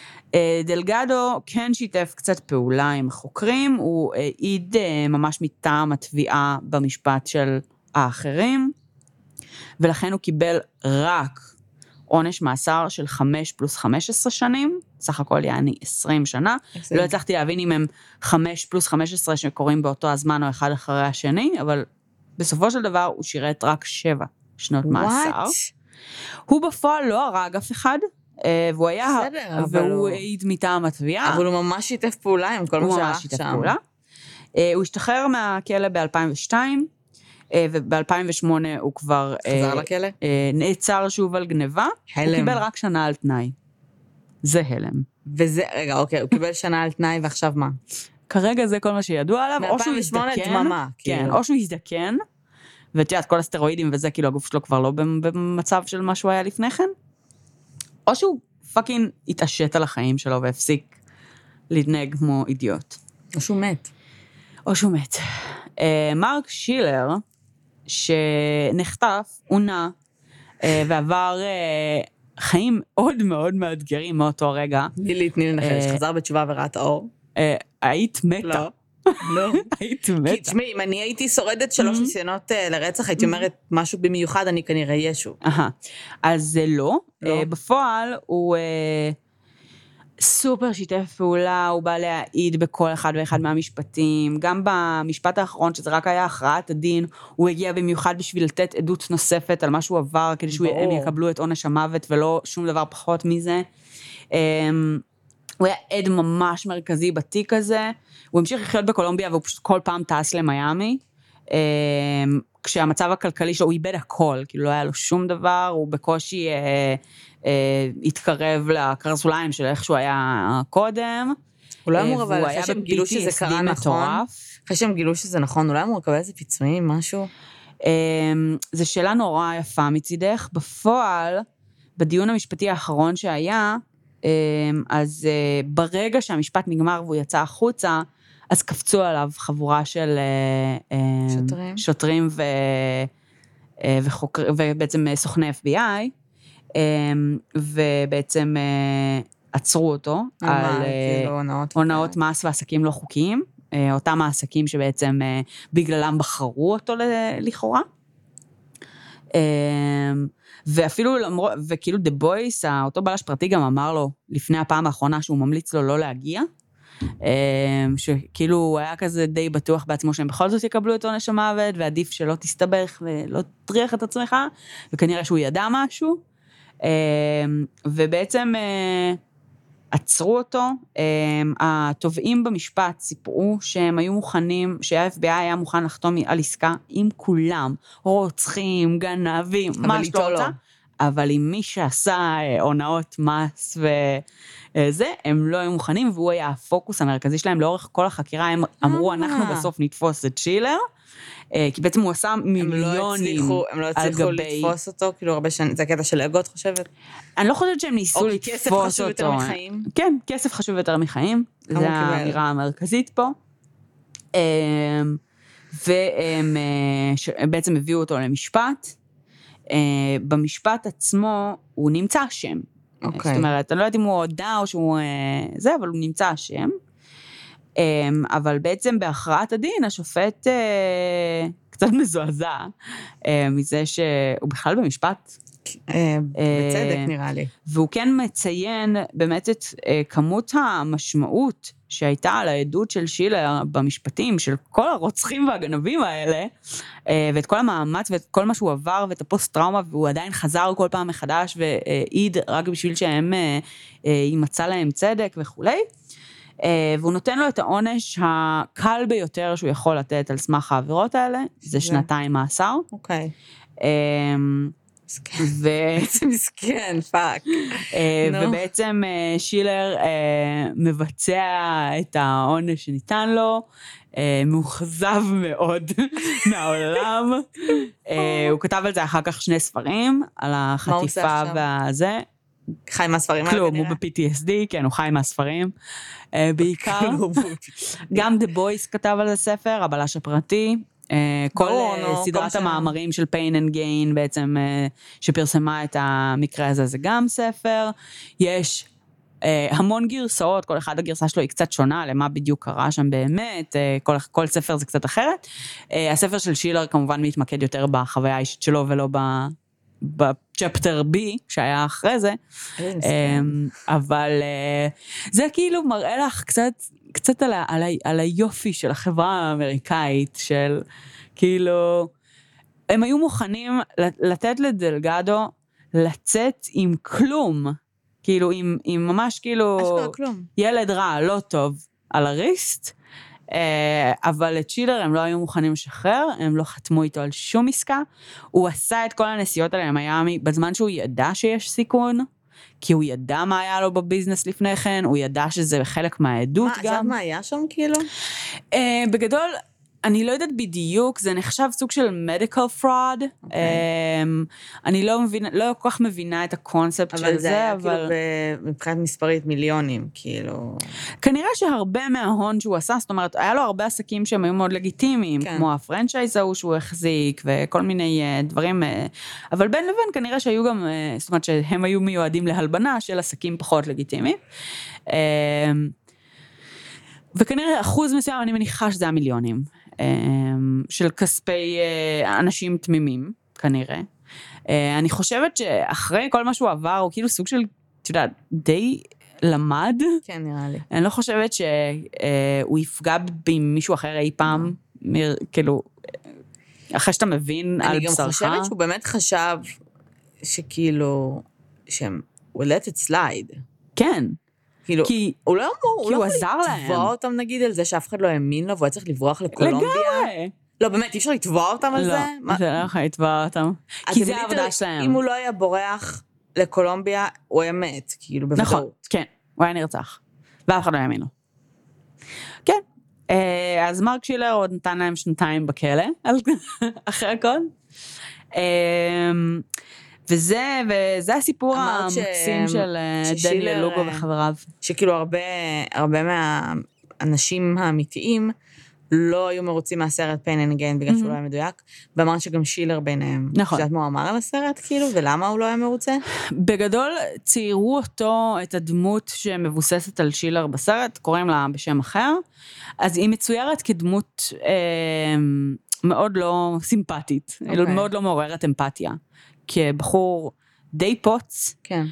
דלגדו כן שיתף קצת פעולה עם חוקרים, הוא העיד ממש מטעם התביעה במשפט של האחרים, ולכן הוא קיבל רק עונש מאסר של 5 פלוס 15 שנים, סך הכל יעני 20 שנה, לא הצלחתי להבין אם הם 5 פלוס 15 שקוראים באותו הזמן או אחד אחרי השני, אבל בסופו של דבר הוא שירת רק 7 שנות מאסר. הוא בפועל לא הרג אף אחד, והוא היה, והוא העיד מטעם התביעה. אבל הוא ממש שיתף פעולה עם כל מה שהיה שם. הוא השתחרר מהכלא ב-2002, וב-2008 הוא כבר... חזר לכלא? נעצר שוב על גניבה. הלם. הוא קיבל רק שנה על תנאי. זה הלם. וזה, רגע, אוקיי, הוא קיבל שנה על תנאי, ועכשיו מה? כרגע זה כל מה שידוע עליו, או שהוא הזדקן, דממה, כן, או שהוא הזדקן, ותיאת כל הסטרואידים וזה, כאילו הגוף שלו כבר לא במצב של מה שהוא היה לפני כן, או שהוא פאקינג התעשת על החיים שלו, והפסיק להתנהג כמו אידיוט. או שהוא מת. או שהוא מת. מרק שילר, שנחטף, עונה, ועבר חיים מאוד מאוד מאתגרים מאותו רגע. לילי, תני לנחש, חזר בתשובה וראה את האור. היית מתה. לא. היית מתה. כי תשמעי, אם אני הייתי שורדת 3 ניסיונות לרצח, הייתי אומרת משהו במיוחד, אני כנראה ישו. אז זה לא. בפועל הוא סופר שיתף פעולה, הוא בא להעיד בכל אחד ואחד מהמשפטים, גם במשפט האחרון, שזה רק היה הכרעת הדין, הוא הגיע במיוחד בשביל לתת עדות נוספת על מה שהוא עבר, כדי שהם יקבלו את עונש המוות, ולא שום דבר פחות מזה. הוא היה עד ממש מרכזי בתיק הזה, הוא המשיך לחיות בקולומביה, והוא פשוט כל פעם טס למיימי, כשהמצב הכלכלי שלו, הוא איבד הכל, כאילו לא היה לו שום דבר, הוא בקושי התקרב לקרסוליים של איך שהוא היה קודם. הוא לא אמור, אבל אחרי שהם גילו שזה קרה נכון, אחרי שהם גילו שזה נכון, הוא לא אמור לקבל איזה פיצויים, משהו? זו שאלה נורא יפה מצידך. בפועל, בדיון המשפטי האחרון שהיה, אז ברגע שהמשפט נגמר והוא יצא החוצה, אז קפצו עליו חבורה של שוטרים ובעצם סוכני FBI, ובעצם עצרו אותו על הונאות מס ועסקים לא חוקיים, אותם העסקים שבעצם בגללם בחרו אותו לכאורה. ואפילו, וכאילו דה בויס, אותו בלש פרטי גם אמר לו, לפני הפעם האחרונה שהוא ממליץ לו לא להגיע, שכאילו הוא היה כזה די בטוח בעצמו שהם בכל זאת יקבלו את עונש המוות, ועדיף שלא תסתבך ולא תטריח את עצמך, וכנראה שהוא ידע משהו, ובעצם עצרו אותו. התובעים במשפט סיפרו שהם היו מוכנים, שה-FBI היה מוכן לחתום על עסקה עם כולם, רוצחים, גנבים, מה שאתה רוצה, אבל עם מי שעשה הונאות מס וזה, הם לא היו מוכנים, והוא היה הפוקוס המרכזי שלהם לאורך כל החקירה, הם אמרו, אנחנו בסוף נתפוס את שילר, כי בעצם הוא עשה מיליונים הם לא הצליחו לתפוס אותו, כאילו הרבה שנים, זה הקטע של אגו, את חושבת? אני לא חושבת שהם ניסו לתפוס אותו. כסף חשוב יותר מחיים? כן, כסף חשוב יותר מחיים, זה האמירה המרכזית פה. והם בעצם הביאו אותו למשפט, במשפט עצמו הוא נמצא אשם. זאת אומרת, אני לא יודעת אם הוא הודע או שהוא זה, אבל הוא נמצא אשם. אבל בעצם בהכרעת הדין, השופט קצת מזועזע מזה שהוא בכלל במשפט. בצדק נראה לי. והוא כן מציין באמת את כמות המשמעות שהייתה על העדות של שילר במשפטים, של כל הרוצחים והגנבים האלה, ואת כל המאמץ ואת כל מה שהוא עבר, ואת הפוסט-טראומה, והוא עדיין חזר כל פעם מחדש, ועיד רק בשביל שהם יימצא להם צדק וכולי. והוא נותן לו את העונש הקל ביותר שהוא יכול לתת על סמך העבירות האלה, זה 2 מאסר. אוקיי. בעצם מסכן, פאק. ובעצם שילר מבצע את העונש שניתן לו, מאוכזב מאוד מהעולם. הוא כתב על זה אחר כך 2 ספרים, על החטיפה והזה. חי מהספרים האלה? כלום, הוא ב-PTSD, כן, הוא חי מהספרים. בעיקר, גם The Boys כתב על זה ספר, הבלש הפרטי. כל סדרת המאמרים של Pain and Gain בעצם, שפרסמה את המקרה הזה, זה גם ספר. יש המון גרסאות, כל אחד הגרסה שלו היא קצת שונה, למה בדיוק קרה שם באמת, כל ספר זה קצת אחרת. הספר של שילר כמובן מתמקד יותר בחוויה האישית שלו, ולא בצ'פטר B, שהיה אחרי זה. אבל זה כאילו מראה לך קצת על היופי של החברה האמריקאית, של כאילו, הם היו מוכנים לתת לדלגדו לצאת עם כלום, כאילו עם ממש כאילו ילד רע, לא טוב, על הריסט, אבל את שילר הם לא היו מוכנים לשחרר, הם לא חתמו איתו על שום עסקה, הוא עשה את כל הנסיעות האלה למיאמי, בזמן שהוא ידע שיש סיכון, כי הוא ידע מה היה לו בביזנס לפני כן, הוא ידע שזה חלק מהעדות גם. מה היה שם כאילו? בגדול, אני לא יודעת בדיוק, זה נחשב סוג של medical fraud, אני לא כל כך מבינה את הקונספט של זה, אבל זה היה כאילו מבחינת מספרית מיליונים, כאילו. כנראה שהרבה מההון שהוא עשה, זאת אומרת, היה לו הרבה עסקים שהם היו מאוד לגיטימיים, כמו הפרנצ'ייז ההוא שהוא החזיק, וכל מיני דברים, אבל בין לבין כנראה שהיו גם, זאת אומרת שהם היו מיועדים להלבנה של עסקים פחות לגיטימיים, וכנראה אחוז מסוים, אני מניחה שזה המיליונים, של כספי אנשים תמימים, כנראה. אני חושבת שאחרי כל מה שהוא עבר, הוא כאילו סוג של, אתה יודע, די למד. כן, נראה לי. אני לא חושבת שהוא יפגע במישהו אחר אי פעם, כאילו, אחרי שאתה מבין על בשרך. אני גם חושבת שהוא באמת חשב שכאילו, שהם, will let it slide. כן. כאילו, כי הוא לא אמור, הוא עזר להם. לתבוע אותם נגיד על זה שאף אחד לא האמין לו, והוא היה צריך לברוח לקולומביה. לגמרי. לא, באמת, אי אפשר לתבוע אותם על זה? לא, זה לא יכול לתבוע אותם. כי זה העבודה שלהם. אם הוא לא היה בורח לקולומביה, הוא היה מת, כאילו, בוודאות. נכון, כן, הוא היה נרצח. ואף אחד לא האמין לו. כן. אז מרק שילר עוד נתן להם 2 בכלא, אחרי הכל. וזה הסיפור המקסים של דניאל לוגו וחבריו. שכאילו הרבה מהאנשים האמיתיים לא היו מרוצים מהסרט Pain and Gain, בגלל שהוא לא היה מדויק, ואמר שגם שילר ביניהם. נכון. שאת מה הוא אמר על הסרט, כאילו, ולמה הוא לא היה מרוצה? בגדול, ציירו אותו, את הדמות שמבוססת על שילר בסרט, קוראים לה בשם אחר, אז היא מצוירת כדמות מאוד לא סימפטית, מאוד לא מעוררת אמפתיה. כבחור די פוץ. כן.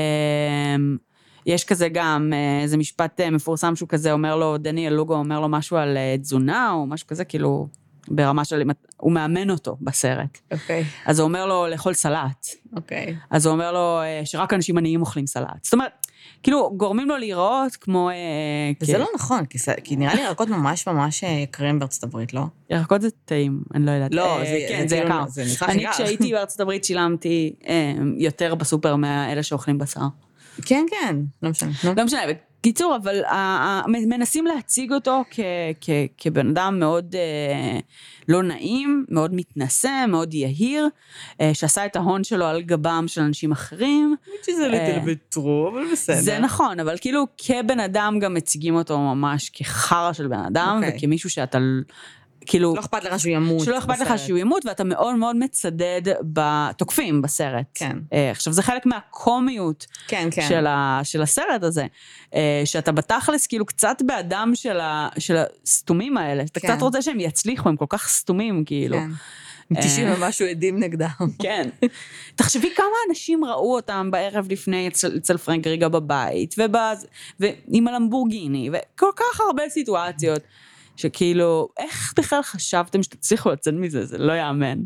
יש כזה גם, איזה משפט מפורסם שהוא כזה אומר לו, דניאל לוגו אומר לו משהו על תזונה, או משהו כזה, כאילו, ברמה של, הוא מאמן אותו בסרט. אוקיי. אז הוא אומר לו לאכול סלט. אוקיי. אז הוא אומר לו שרק אנשים עניים אוכלים סלט. זאת אומרת, כאילו, גורמים לו להיראות כמו... וזה לא נכון, כי נראה לי ירקות ממש ממש יקרים בארצות הברית, לא? ירקות זה טעים, אני לא יודעת. לא, זה יקר. זה נצרך יקר. אני כשהייתי בארצות הברית שילמתי יותר בסופר מאלה שאוכלים בשר. כן, כן, לא משנה. לא משנה, בקיצור, אבל מנסים להציג אותו כבן אדם מאוד לא נעים, מאוד מתנשא, מאוד יהיר, שעשה את ההון שלו על גבם של אנשים אחרים. שזה ליטל בטרו, אבל בסדר. זה נכון, אבל כאילו כבן אדם גם מציגים אותו ממש כחרה של בן אדם, וכמישהו שאתה... כאילו, לא אכפת לך שהוא ימות. שלא אכפת לך שהוא ימות, ואתה מאוד מאוד מצדד בתוקפים בסרט. כן. עכשיו, זה חלק מהקומיות של הסרט הזה, שאתה בתכלס כאילו קצת באדם של הסתומים האלה, אתה קצת רוצה שהם יצליחו, הם כל כך סתומים, כאילו. כן. 90 ומשהו עדים נגדם. כן. תחשבי כמה אנשים ראו אותם בערב לפני אצל פרנק ריגה בבית, ועם הלמבורגיני, וכל כך הרבה סיטואציות. שכאילו, איך בכלל חשבתם שתצליחו לצאת מזה? זה לא יאמן.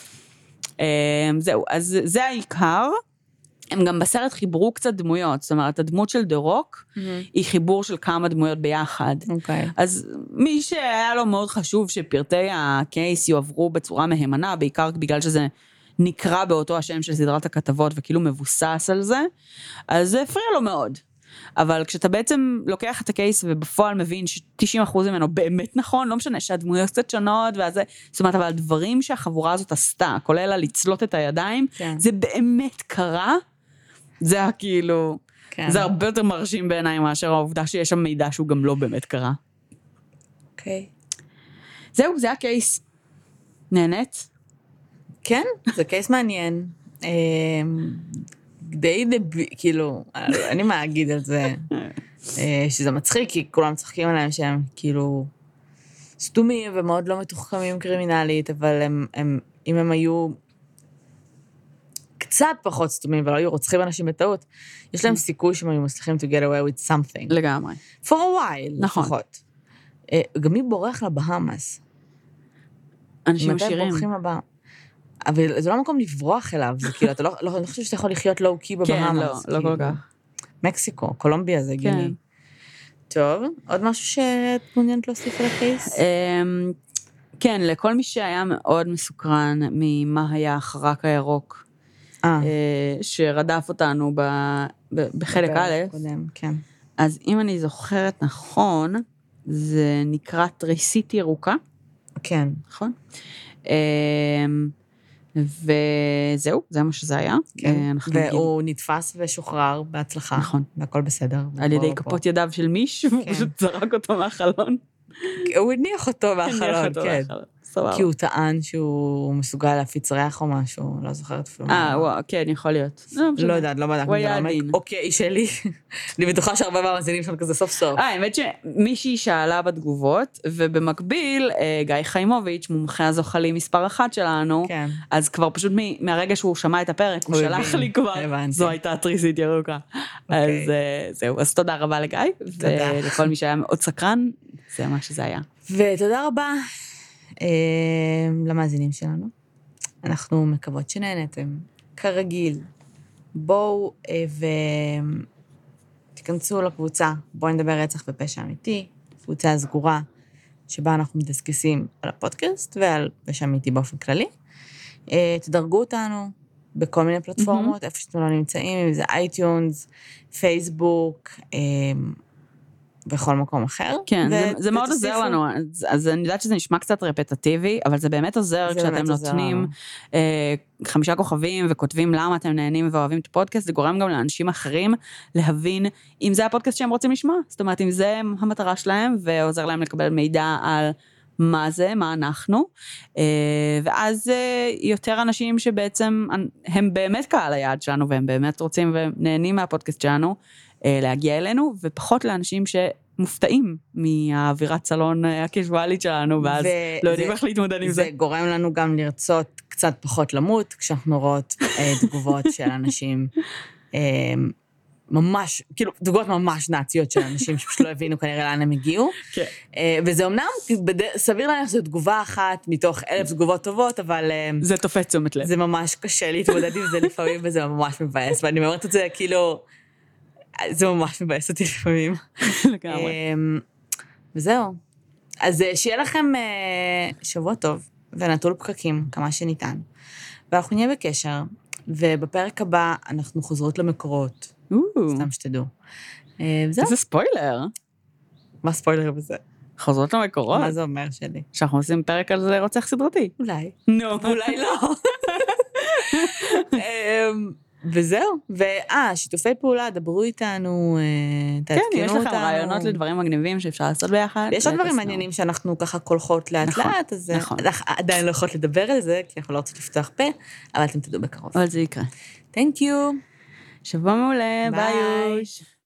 זהו, אז זה העיקר. הם גם בסרט חיברו קצת דמויות, זאת אומרת, הדמות של דה רוק, היא חיבור של כמה דמויות ביחד. אז מי שהיה לו מאוד חשוב שפרטי הקייס יועברו בצורה מהימנה, בעיקר בגלל שזה נקרא באותו השם של סדרת הכתבות, וכאילו מבוסס על זה, אז זה הפריע לו מאוד. אבל כשאתה בעצם לוקח את הקייס ובפועל מבין ש90% ממנו באמת נכון, לא משנה שהדמויות קצת שונות, זאת אומרת, אבל הדברים שהחבורה הזאת עשתה, כולל לצלות את הידיים, זה באמת קרה, זה היה כאילו, זה הרבה יותר מרשים בעיניי מאשר העובדה שיש שם מידע שהוא גם לא באמת קרה. אוקיי. זהו, זה הקייס. נהנית? כן, זה קייס מעניין. כאילו, אני מה אגיד על זה, שזה מצחיק, כי כולם צוחקים עליהם שהם כאילו סתומים ומאוד לא מתוחכמים קרימינלית, אבל אם הם היו קצת פחות סתומים ולא היו רוצחים אנשים בטעות, יש להם סיכוי שהם היו מצליחים to get away with something. לגמרי. For a while, נכון. לפחות. גם מי בורח לבהאמאס? אנשים עשירים. מתי בורחים לבהאמאס? אבל זה לא מקום לברוח אליו, זה כאילו, אתה לא חושב שאתה יכול לחיות לואו-קי בבהאמאס. כן, לא כל כך. מקסיקו, קולומביה זה גילי. טוב, עוד משהו שאת מעוניינת להוסיף על הקייס? כן, לכל מי שהיה מאוד מסוקרן ממה היה החרק הירוק, שרדף אותנו בחלק א', אז אם אני זוכרת נכון, זה נקרא טריסית ירוקה. כן. נכון? וזהו, זה מה שזה היה. כן. והוא נתפס ושוחרר בהצלחה. נכון. והכל בסדר. על ידי כפות ידיו של מישהו, הוא פשוט זרק אותו מהחלון. הוא הניח אותו מהחלון, כן. כי הוא טען שהוא מסוגל להפיץ ריח או משהו, לא זוכרת אפילו. כן, יכול להיות. לא יודעת, לא בדק. הוא היה עדין. אוקיי, שלי. אני בטוחה שהרבה מהמאזינים שלנו כזה סוף סוף. האמת שמישהי שאלה בתגובות, ובמקביל, גיא חיימוביץ', מומחה הזוחלים מספר 1 שלנו, אז כבר פשוט מהרגע שהוא שמע את הפרק, הוא שלח לי כבר, זו הייתה טריסית ירוקה. אז זהו, אז תודה רבה לגיא, ולכל מי שהיה מאוד סקרן, זה מה שזה היה. ותודה רבה למאזינים שלנו. אנחנו מקוות שנהנתם. כרגיל, בואו ותיכנסו לקבוצה, בואו נדבר רצח ופשע אמיתי, קבוצה סגורה, שבה אנחנו מדסקסים על הפודקאסט ועל פשע אמיתי באופן כללי. תדרגו אותנו בכל מיני פלטפורמות, איפה שאתם לא נמצאים, אם זה אייטיונס, פייסבוק, בכל מקום אחר. כן, זה מאוד עוזר לנו, אז אני יודעת שזה נשמע קצת רפטטיבי, אבל זה באמת עוזר כשאתם נותנים 5 כוכבים וכותבים למה אתם נהנים ואוהבים את הפודקאסט, זה גורם גם לאנשים אחרים להבין אם זה הפודקאסט שהם רוצים לשמוע, זאת אומרת אם זה המטרה שלהם ועוזר להם לקבל מידע על מה זה, מה אנחנו, ואז יותר אנשים שבעצם הם באמת קהל היעד שלנו והם באמת רוצים ונהנים מהפודקאסט שלנו, להגיע אלינו, ופחות לאנשים שמופתעים מהאווירת סלון הקזואלית שלנו, ואז לא יודעים איך להתמודד עם זה. זה גורם לנו גם לרצות קצת פחות למות, כשאנחנו רואות תגובות של אנשים ממש, כאילו, תגובות ממש נאציות של אנשים שפשוט לא הבינו כנראה לאן הם הגיעו. כן. וזה אמנם, סביר להניח שזו תגובה אחת מתוך 1,000 תגובות טובות, אבל... זה תופס תשומת לב. זה ממש קשה להתמודד עם זה לפעמים, וזה ממש מבאס, ואני אומרת את זה כאילו, זה ממש מבאס אותי לפעמים. לגמרי. וזהו. אז שיהיה לכם שבוע טוב, ונטול פקקים, כמה שניתן. ואנחנו נהיה בקשר, ובפרק הבא אנחנו חוזרות למקורות. סתם שתדעו. וזהו. איזה ספוילר. מה ספוילר בזה? חוזרות למקורות. מה זה אומר שלי? שאנחנו עושים פרק על זה רוצח סדרתי. אולי. נו. אולי לא. וזהו. שיתופי פעולה, דברו איתנו, תעדכנו אותנו. כן, יש לכם רעיונות לדברים מגניבים שאפשר לעשות ביחד. ויש עוד דברים מעניינים שאנחנו ככה קולחות לאט לאט, אז עדיין לא יכולות לדבר על זה, כי אנחנו לא רוצות לפתוח פה, אבל אתם תדעו בקרוב. אבל זה יקרה. Thank you. שבוע מעולה, ביי.